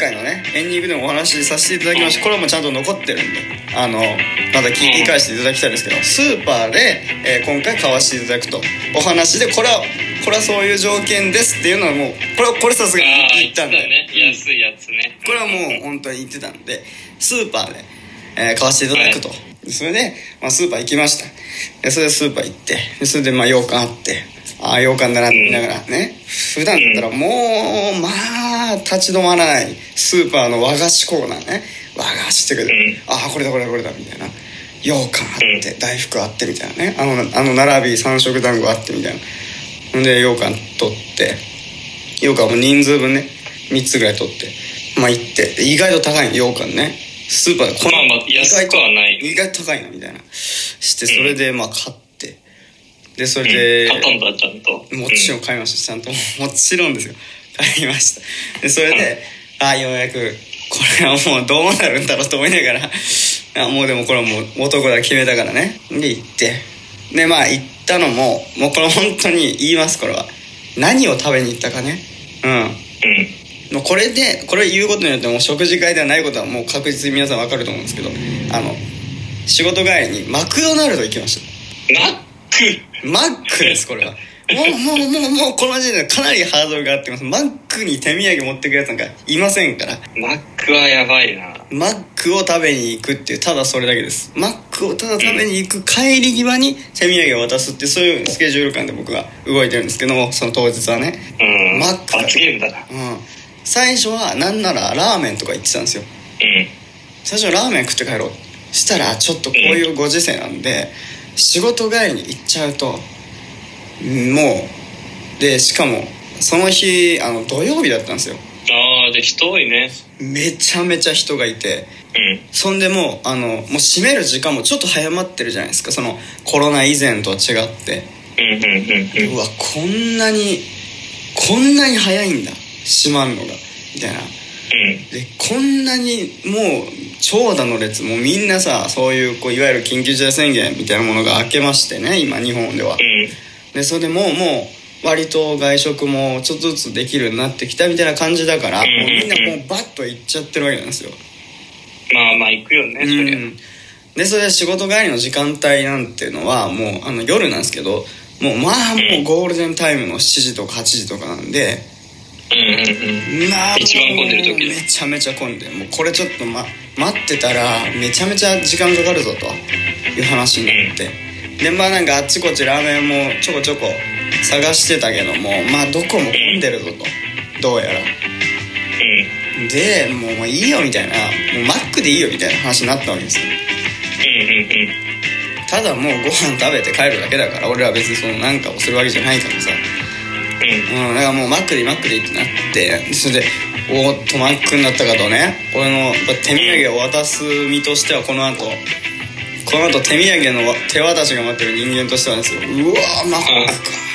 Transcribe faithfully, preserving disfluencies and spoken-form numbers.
回のねエンディングでもお話しさせていただきました。これはもうちゃんと残ってるんで、あのまた聞き返していただきたいんですけど、スーパーで、えー、今回買わせていただくとお話で、これはこれはそういう条件ですっていうのはもうこれこれさすがに言ったんで、 ね、安いやつね、 これはもう本当に言ってたんで、スーパーで、えー、買わせていただくと、はい、それで、まあ、スーパー行きました。でそれでスーパー行って、でそれでまあ羊羹あって、ああ羊羹だなって見ながらね、普段だったらもうまあ立ち止まらないスーパーの和菓子コーナーね、和菓子ってくる、ああこれだこれだこれだみたいな、羊羹あって大福あってみたいなね、あのあの並び三色団子あってみたいな。ほんで羊羹取って羊羹も人数分ねみっつぐらい取って、まあ行って、意外と高いの羊羹ね、スーパーでこの、 まあまあ安くはない、 意外と高いなみたいなして、それでまあ買って、でそれで、 うん、買ったんだちゃんと、 もちろん買いました、ちゃんともちろんですよ、買いました。でそれで、うん、ああようやくこれはもうどうなるんだろうと思いながら、あもうでもこれはもう男だ決めたからね、で行って、でまあ行ったのももうこれ本当に言います、これは何を食べに行ったかね、うん、うん、もうこれでこれ言うことによってもう食事会ではないことはもう確実に皆さん分かると思うんですけど、あの仕事帰りにマクドナルド行きました。 マックマックです、これはもうもうもうもうこの時点でかなりハードルがあってます。マックに手土産持ってくるやつなんかいませんから。 マックはやばいな。 マックを食べに行くっていう、ただそれだけです。マックをただ食べに行く、帰り際に手土産を渡すっていう、そういうスケジュール感で僕は動いてるんですけども、その当日はね、 うん、 マック罰ゲームだな、 うん、最初はなんならラーメンとか言ってたんですよ、うん、最初はラーメン食って帰ろうしたら、ちょっとこういうご時世なんで、うん、仕事帰りに行っちゃうともうで、しかもその日あの土曜日だったんですよ。 ああ、で人多いね。 めちゃめちゃ人がいて、うん、そんでもうあのもう閉める時間もちょっと早まってるじゃないですか、そのコロナ以前とは違って、うんうんうんうん、うわこんなにこんなに早いんだ閉まんのがみたいな、うん、でこんなにもう長蛇の列、もうみんなさ、そういう、こういわゆる緊急事態宣言みたいなものが明けましてね、今日本では、うん、でそれでもうもう割と外食もちょっとずつできるようになってきたみたいな感じだから、うんうんうん、もうみんなもうバッと行っちゃってるわけなんですよ。 まあまあ行くよね、そりゃ、うん、 でそれで仕事帰りの時間帯なんていうのはもうあの夜なんですけど、もうまあもうゴールデンタイムのしちじとかはちじとかなんで、 うんうんうん、 まあ一番混んでる時めちゃめちゃ混んで、もうこれちょっと、ま、待ってたらめちゃめちゃ時間かかるぞという話になって、うん、でまあなんかあっちこっちラーメンもちょこちょこ探してたけども、まあどこも混んでるぞと、どうやら、うん、でもう、まあ、いいよみたいな、もうマックでいいよみたいな話になったわけですよ、うんうんうん、ただもうご飯食べて帰るだけだから、俺ら別にそのなんかをするわけじゃないからさ、うんうん、だからもうマックでいいマックでいいってなって、それでおーっとマックになったかとね、これの手土産を渡す身としては、この後この後手土産の手渡しが待ってる人間としてはですよ、うわーマックか